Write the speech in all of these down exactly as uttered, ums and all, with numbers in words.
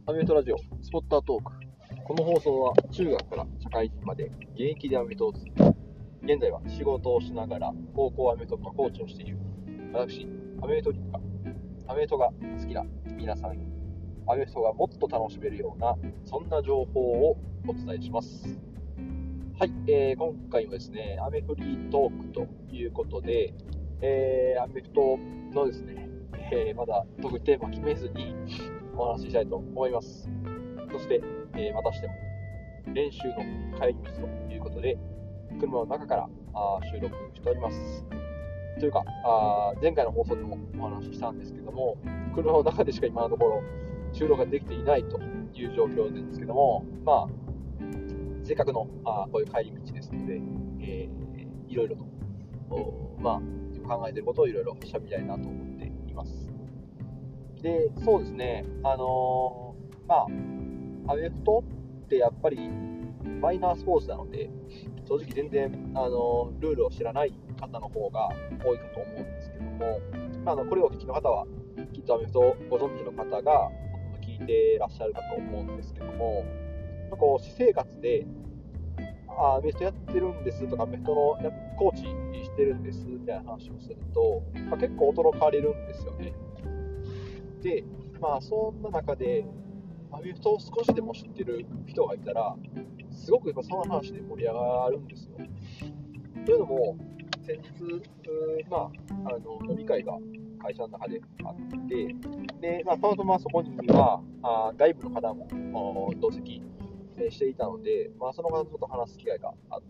アメフトラジオスポッタートーク。この放送は中学から社会人まで現役でアメフトを続け、現在は仕事をしながら高校アメフト部のコーチをしている私、アメフト一家、アメフトが好きな皆さんにアメフトがもっと楽しめるようなそんな情報をお伝えします。はい、えー、今回もですね、アメフリートークということで、えー、アメフトのですね、えー、まだ特にテーマ決めずにお話ししたいと思います。そして、えー、またしても練習の帰り道ということで、車の中からあ収録しております。というか、あ前回の放送でもお話ししたんですけども、車の中でしか今のところ収録ができていないという状況なんですけども、まあ、せっかくのあこういう帰り道ですので、えー、いろいろと、まあ、考えていることをいろいろ喋りたいなと思っています。で、そうですね、あのー、まあ、アメフトってやっぱりマイナースポーツなので、正直全然、あのー、ルールを知らない方の方が多いかと思うんですけども、まあ、あのこれをお聞きの方は、きっとアメフトをご存知の方が聞いてらっしゃるかと思うんですけども、こう私生活で、あアメフトやってるんですとか、アメフトのコーチしてるんですみたいな話をすると、まあ、結構驚かれるんですよね。で、まあ、そんな中で、アメフトを少しでも知ってる人がいたら、すごくやっぱその話で盛り上がるんですよ。というのも、先日、まあ、あの飲み会が会社の中であって、でまあ、たまたまそこにはあ外部の方も同席していたので、まあ、その方と話す機会があって、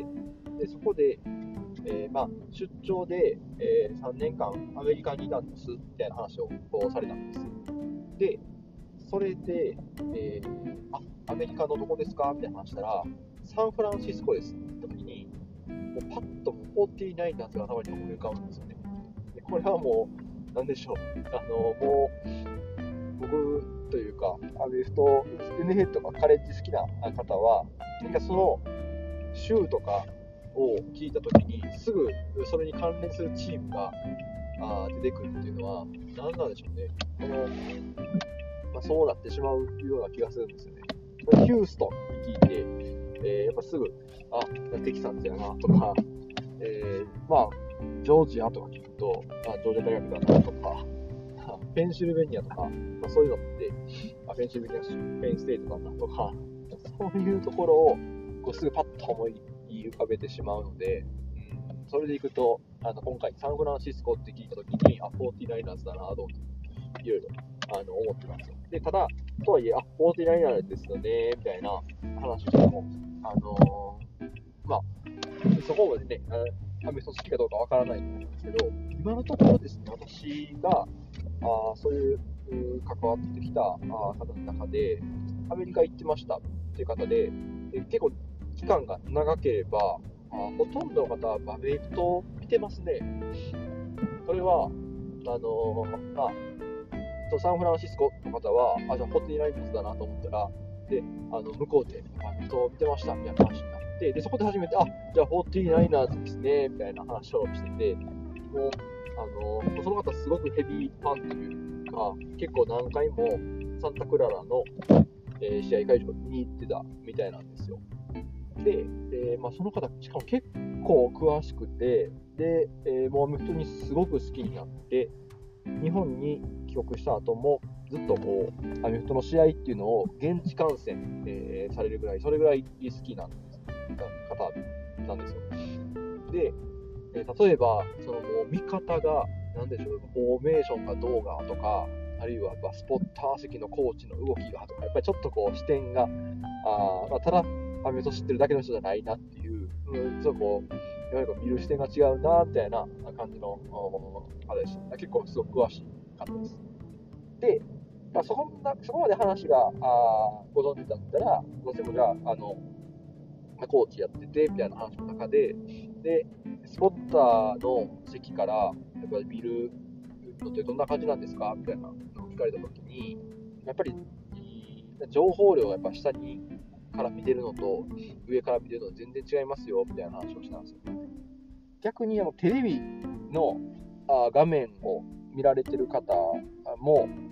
でそこで、えーまあ、出張で、えー、さんねんかんアメリカにいたんですみたいな話をされたんです。で、それで、えー、あアメリカのどこですかみたいな話したら、サンフランシスコですって言った時に、もうパッとフォーティーナインナーズが頭に思い浮かぶんですよね。でこれはもう、なんでしょう、あのもう僕というか、アメフト、エヌエフエル とかカレッジ好きな方は、何かその州とかを聞いたときに、すぐそれに関連するチームがあ出てくるっていうのは、何なんでしょうね。このまあ、そうなってしまうような気がするんですよね。ヒューストンって聞いて、えー、やっぱすぐ、あ、テキサスやなとか、えー、まあ、ジョージアとか聞くと、あ、ジョージア大学だなとか、ペンシルベニアとか、まあ、そういうのって、あ、ペンシルベニア、ペンステートだなとか、そういうところをこうすぐパッと思い浮かべてしまうので、うん、それでいくと、あの今回サンフランシスコって聞いたときに、あ、フォーティーナイナーズだなと思って、いろいろあの思ってますよ。で、ただ、とはいえ、あ、フォーティーナイナーズですよね、みたいな話をしても、あのー、まあ、そこまでね、アメフト好きかどうかわからないんですけど、今のところですね、私が、あそういう関わってきたあ方の中で、アメリカ行ってましたっていう方で、で結構期間が長ければ、あほとんどの方はアメフトを見てますね。それは、あのー、まあ、サンフランシスコの方は、あ、じゃあフォーティーナインナーズだなと思ったら、で、あの向こうでアメフトを見てましたみたいな話になって、で、そこで初めて、あ、じゃあフォーティーナイナーズですね、みたいな話をしてて、もう、あのその方すごくヘビーファンというか、結構何回もサンタクララの、えー、試合会場に見に行ってたみたいなんですよ。で、えーまあ、その方、しかも結構詳しくて、で、えー、もうアメフトにすごく好きになって、日本に帰国した後もずっとこうアメフトの試合っていうのを現地観戦、えー、されるぐらい、それぐらい好きな方なんですよ。で、えー、例えばそのもう見方が何でしょう、フォーメーションがどうがとか、あるいはスポッター席のコーチの動きがとか、やっぱりちょっとこう視点が、あ、まあ、ただアメフト知ってるだけの人じゃないなっていう、うん、ちょっとこうやはり見る視点が違うなみたいな感じの方でした。結構すごく詳しい方です。で、まあ、そこなそこまで話があご存知だったら、どうしてもじゃあ、あのコーチやっててみたいな話の中で、でスポッターの席からやっぱり見るのってどんな感じなんですかみたいなのを聞かれたときに、やっぱり情報量がやっぱ下にから見てるのと上から見てるのと全然違いますよみたいな話をしたんですよ。逆にあのテレビのあ画面を見られてる方も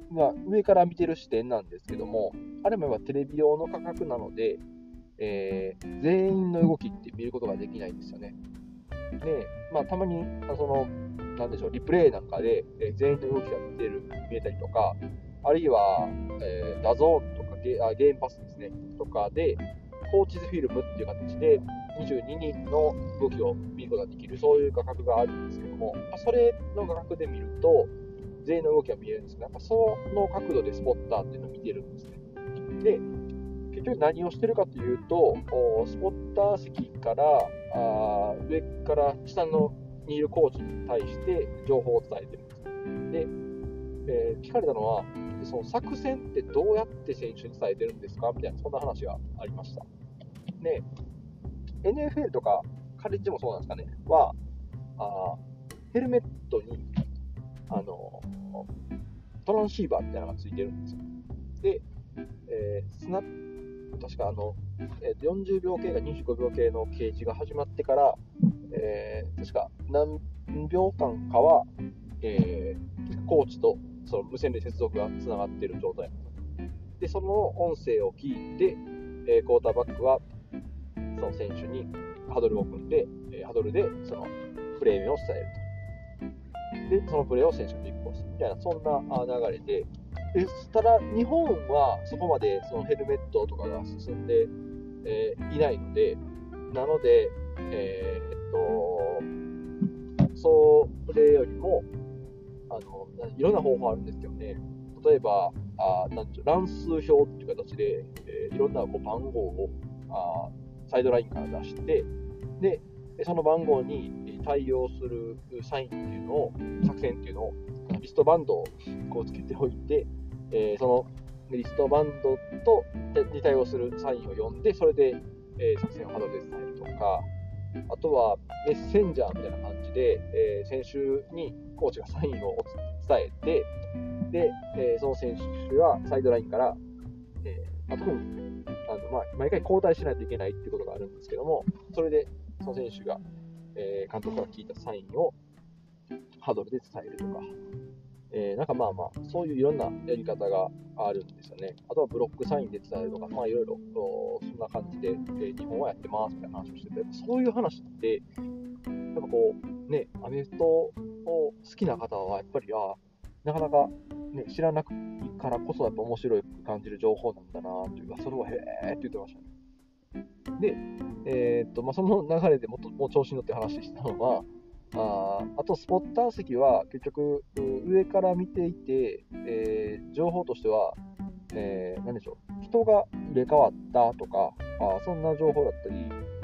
まあ、上から見てる視点なんですけども、あれもテレビ用の価格なので、えー、全員の動きって見ることができないんですよね。で、まあ、たまにそのなんでしょうリプレイなんかで、えー、全員の動きが見てる見えたりとか、あるいは、えー、ダゾーンとかゲあゲームパスですねとかでコーチズフィルムっていう形でにじゅうににんの動きを見ることができる、そういう価格があるんですけども、まあ、それの価格で見ると全員の動きが見えるんですけど、やっぱその角度でスポッターっていうのを見てるんですね。で、結局何をしてるかというと、スポッター席からあ上から下のにいるコーチに対して情報を伝えてるんです。で、えー、聞かれたのは、その作戦ってどうやって選手に伝えてるんですかみたいな、そんな話がありました。で、エヌエフエル とかカレッジもそうなんですかね、は、あヘルメットにあのトランシーバーみたいなのがついてるんですよ。で、えー、スナ確かあの、えー、よんじゅうびょうけいがにじゅうごびょうけいの掲示が始まってから、えー、確か何秒間かは、えー、コーチとその無線で接続がつながっている状態で、その音声を聞いて、えー、クォーターバックはその選手にハドルを組んで、えー、ハドルでそのプレー面を伝えると。で、そのプレーを選手が実行するみたいな、そんな流れで、でただ、日本はそこまでそのヘルメットとかが進んで、えー、いないので、なので、えー、っと、それよりもあの、いろんな方法あるんですけどね、例えば、あなんちゅう乱数表っていう形で、えー、いろんなこう番号をあサイドラインから出して、で、その番号に対応するサインっていうのを、作戦っていうのを、リストバンドをこうつけておいて、えー、そのリストバンドとに対応するサインを読んで、それで、えー、作戦をハドルで伝えるとか、あとはメッセンジャーみたいな感じで、えー、選手にコーチがサインを伝えて、で、えー、その選手はサイドラインから、えーまあ、特にあの、まあ、毎回交代しないといけないっていうことがあるんですけども、それでその選手が、えー、監督から聞いたサインをハドルで伝えるとか、えー、なんかまあまあ、そういういろんなやり方があるんですよね。あとはブロックサインで伝えるとか、まあいろいろ、そんな感じで、えー、日本はやってますみたいな話をしてて、そういう話って、やっぱこう、ね、アメフトを好きな方は、やっぱり、あなかなか、ね、知らなくからこそ、やっぱ面白い感じる情報なんだなというか、それをへーって言ってましたね。で、えー、っと、まあ、その流れでもっともう調子に乗って話したのは、ああとスポッター席は結局上から見ていて、えー、情報としては、えー、何でしょう、人が入れ替わったとか、あそんな情報だったり、うん、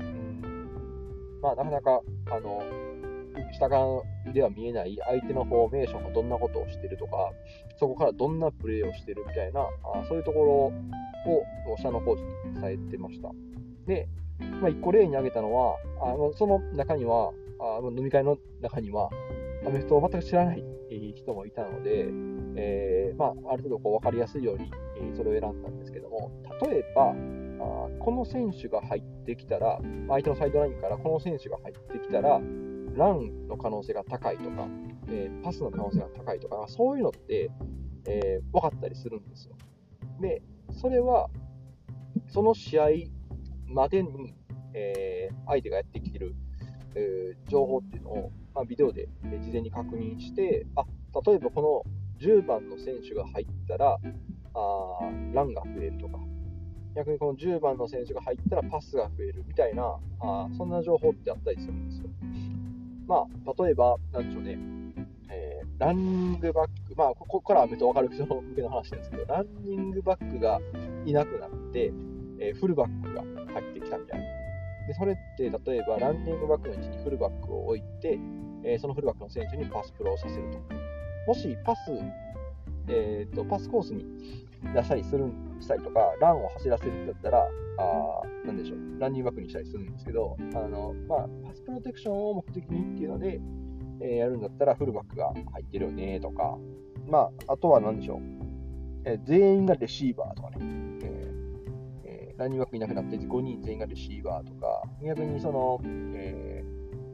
まあなかなかあの下側では見えない相手のフォーメーションがどんなことをしているとか、そこからどんなプレーをしているみたいな、あそういうところを下のコーチに伝えてました。で、まあ、いっこ例に挙げたのは、あのその中には、あ飲み会の中には、アメフトを全く知らない人もいたので、えーまあ、ある程度こう分かりやすいようにそれを選んだんですけども、例えば、あこの選手が入ってきたら、相手のサイドラインからこの選手が入ってきたら、ランの可能性が高いとか、えー、パスの可能性が高いとか、そういうのって、えー、分かったりするんですよ。で、それは、その試合までに、えー、相手がやってきているえー、情報っていうのを、まあ、ビデオで事前に確認して、あ例えばこのじゅうばんの選手が入ったらあランが増えるとか、逆にこのじゅうばんの選手が入ったらパスが増えるみたいな、あそんな情報ってあったりするんですよ。まあ、例えば、なんでしょうね、えー、ランニングバック、まあ、ここからはめっと分かる人向けの話なんですけど、ランニングバックがいなくなって、えー、フルバックが入ってきたみたいな。でそれって例えばランニングバックの位置にフルバックを置いて、えー、そのフルバックの選手にパスプロをさせると。もしパス、えー、とパスコースに出したりするしたりとか、ランを走らせるんだったら、あなんでしょう、ランニングバックにしたりするんですけど、あのまあ、パスプロテクションを目的にっていうので、えー、やるんだったらフルバックが入ってるよねとか、まあ、あとは何でしょう、えー、全員がレシーバーとかね、えーランニングバックいなくなってごにん全員がレシーバーとか、逆にその、え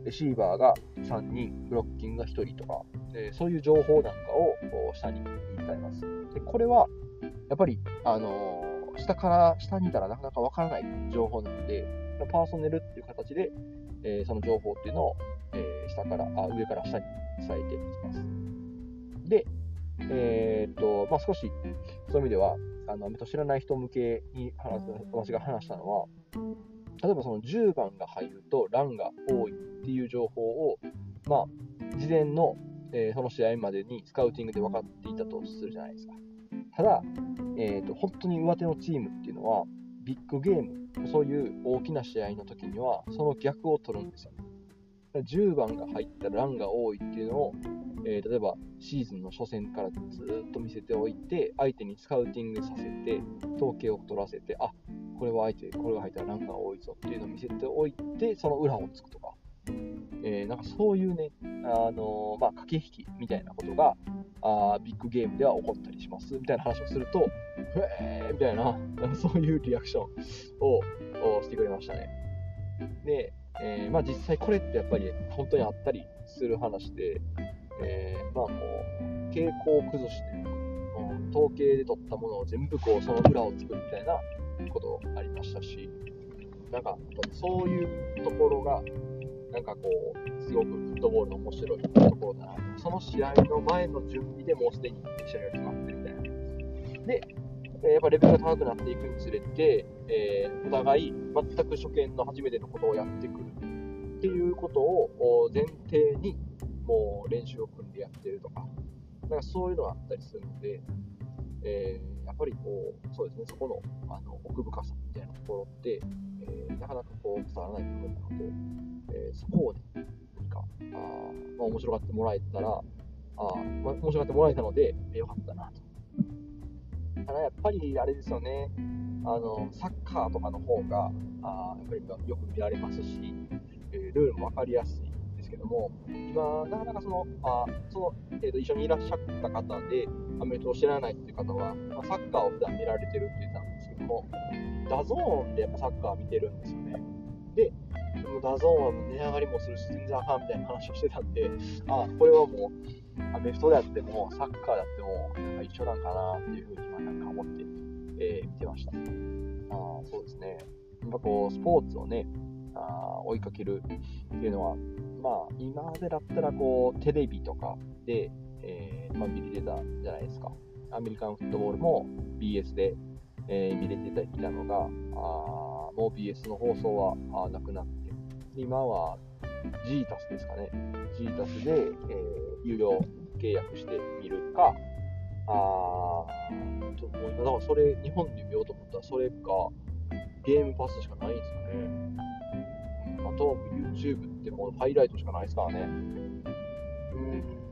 レシーバーがさんにん、ブロッキングがひとりとか、でそういう情報なんかを下に言い換えます。でこれはやっぱり、あのー、下から下にいたらなかなかわからない情報なので、パーソネルっていう形で、えー、その情報っていうのを、えー、下からあ上から下に伝えていきます。で、えーっとまあ、少しそういう意味ではあの知らない人向けに話す私が話したのは、例えばそのじゅうばんが入るとランが多いっていう情報を、まあ、事前の、えー、その試合までにスカウティングで分かっていたとするじゃないですか。ただ、えーと、本当に上手のチームっていうのはビッグゲーム、そういう大きな試合の時にはその逆を取るんですよね。じゅうばんが入ったランが多いっていうのを、えー、例えばシーズンの初戦からずっと見せておいて、相手にスカウティングさせて統計を取らせて、あ、これは相手これが入ったらランが多いぞっていうのを見せておいて、その裏をつくとか、えー、なんかそういうね、あのーまあ、駆け引きみたいなことがあビッグゲームでは起こったりしますみたいな話をすると、へーみたいな、そういうリアクションをしてくれましたね。で、えーまあ、実際これってやっぱり本当にあったりする話で、えー、まあこう傾向を崩して、うん、統計で取ったものを全部こうその裏を作るみたいなことありましたし、なんかそういうところがなんかこうすごくフットボールの面白いところだな。その試合の前の準備でもうすでに試合が決まってるみたいな。で、やっぱレベルが高くなっていくにつれて、えー、お互い全く初見の初めてのことをやってくるっていうことを前提にもう練習を組んでやってるとか、なんかそういうのがあったりするので、えー、やっぱりこうそうですね、そこの、あの奥深さみたいなところって、えー、なかなかこう伝わらない部分なので、えー、そこをね、何かあ、まあ、面白がってもらえたら、あ、まあ、面白がってもらえたので、えー、よかったなと。ただやっぱりあれですよね、あのサッカーとかの方があやっぱりよく見られますし、えー、ルールも分かりやすいんですけども、今、なかなかそのあその、えーと、一緒にいらっしゃった方で、アメフトを知らないっていう方は、まあ、サッカーを普段見られてるって言ってたんですけども、ダゾーンでやっぱサッカー見てるんですよね。で、ダゾーンは値上がりもするし、全然あかんみたいな話をしてたんで、あこれはもう、アメフトであっても、サッカーであっても、一緒なんかなっていうふうになんか思って、えー、見てました。あそうですね。やっぱこう、スポーツをね、あ追いかけるっていうのは、まあ、今までだったらこう、テレビとかで、えーまあ、見れてたじゃないですか。アメリカンフットボールも ビーエス で、えー、見れていたのが、あもう ビーエス の放送はあなくなって、今は ジータス ですかね。ジータス で、えー、有料契約してみるか、あちょっともう今だからそれ日本で見ようと思ったらそれかゲームパスしかないんですかね。あとは YouTube ってもうハイライトしかないですからね。うん、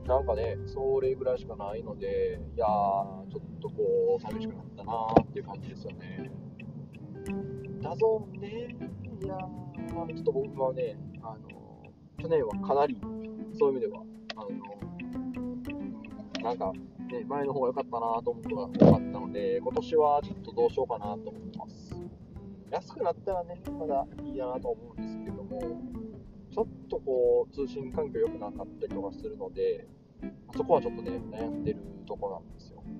なんかね、それぐらいしかないので、いやー、ちょっとこう寂しくなったなーっていう感じですよね。ダゾーンね、いやー、ちょっと僕はね、あの去年はかなりそういう意味では、あのなんか、ね、前の方が良かったなと思うことが多かったので、今年はちょっとどうしようかなと思ってます。安くなったらね、まだいいなと思うんですけども、ちょっとこう通信環境良くなかったりとかするので、そこはちょっとね、悩んでるところなんですよ。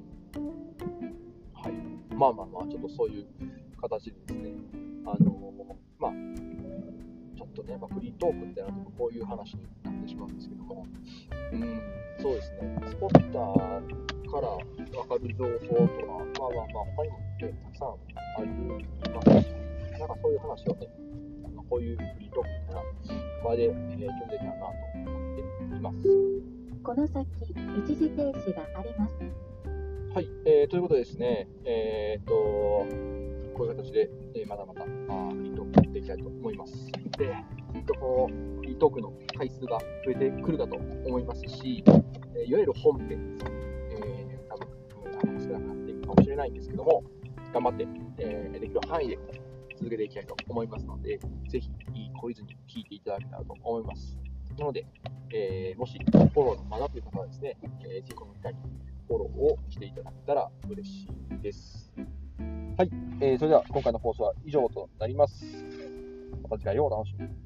はい。まあまあまあ、ちょっとそういう形でですね、あのまあ、ちょっとね、まあ、フリートークってなるとこういう話になってしまうんですけども、うん、そうですね、スポッターから分かる情報とか、まあまあまあ、他にも、ね、たくさんありますし、なんかそういう話をね、こういうフリートークみたいな場で、えー、共有できたらなと思っています。 この先、一時停止があります。 はい、えー、ということでですね、えー、っと、こういう形で、えー、まだまだあフリートークやっていきたいと思います。で、えっと、こうフリートークの回数が増えてくるかと思いますし、えー、いわゆる本編ですね、えー、多分、少なくなっていくかもしれないんですけども、頑張って、えー、できる範囲で続けていきたいと思いますので、ぜひ懲りずに聞いていただけたらと思います。なので、えー、もしフォローのまだという方はですね、えー、ぜひこの機会にフォローをしていただけたら嬉しいです。はい、えー、それでは今回の放送は以上となります。また次回をお楽しみに。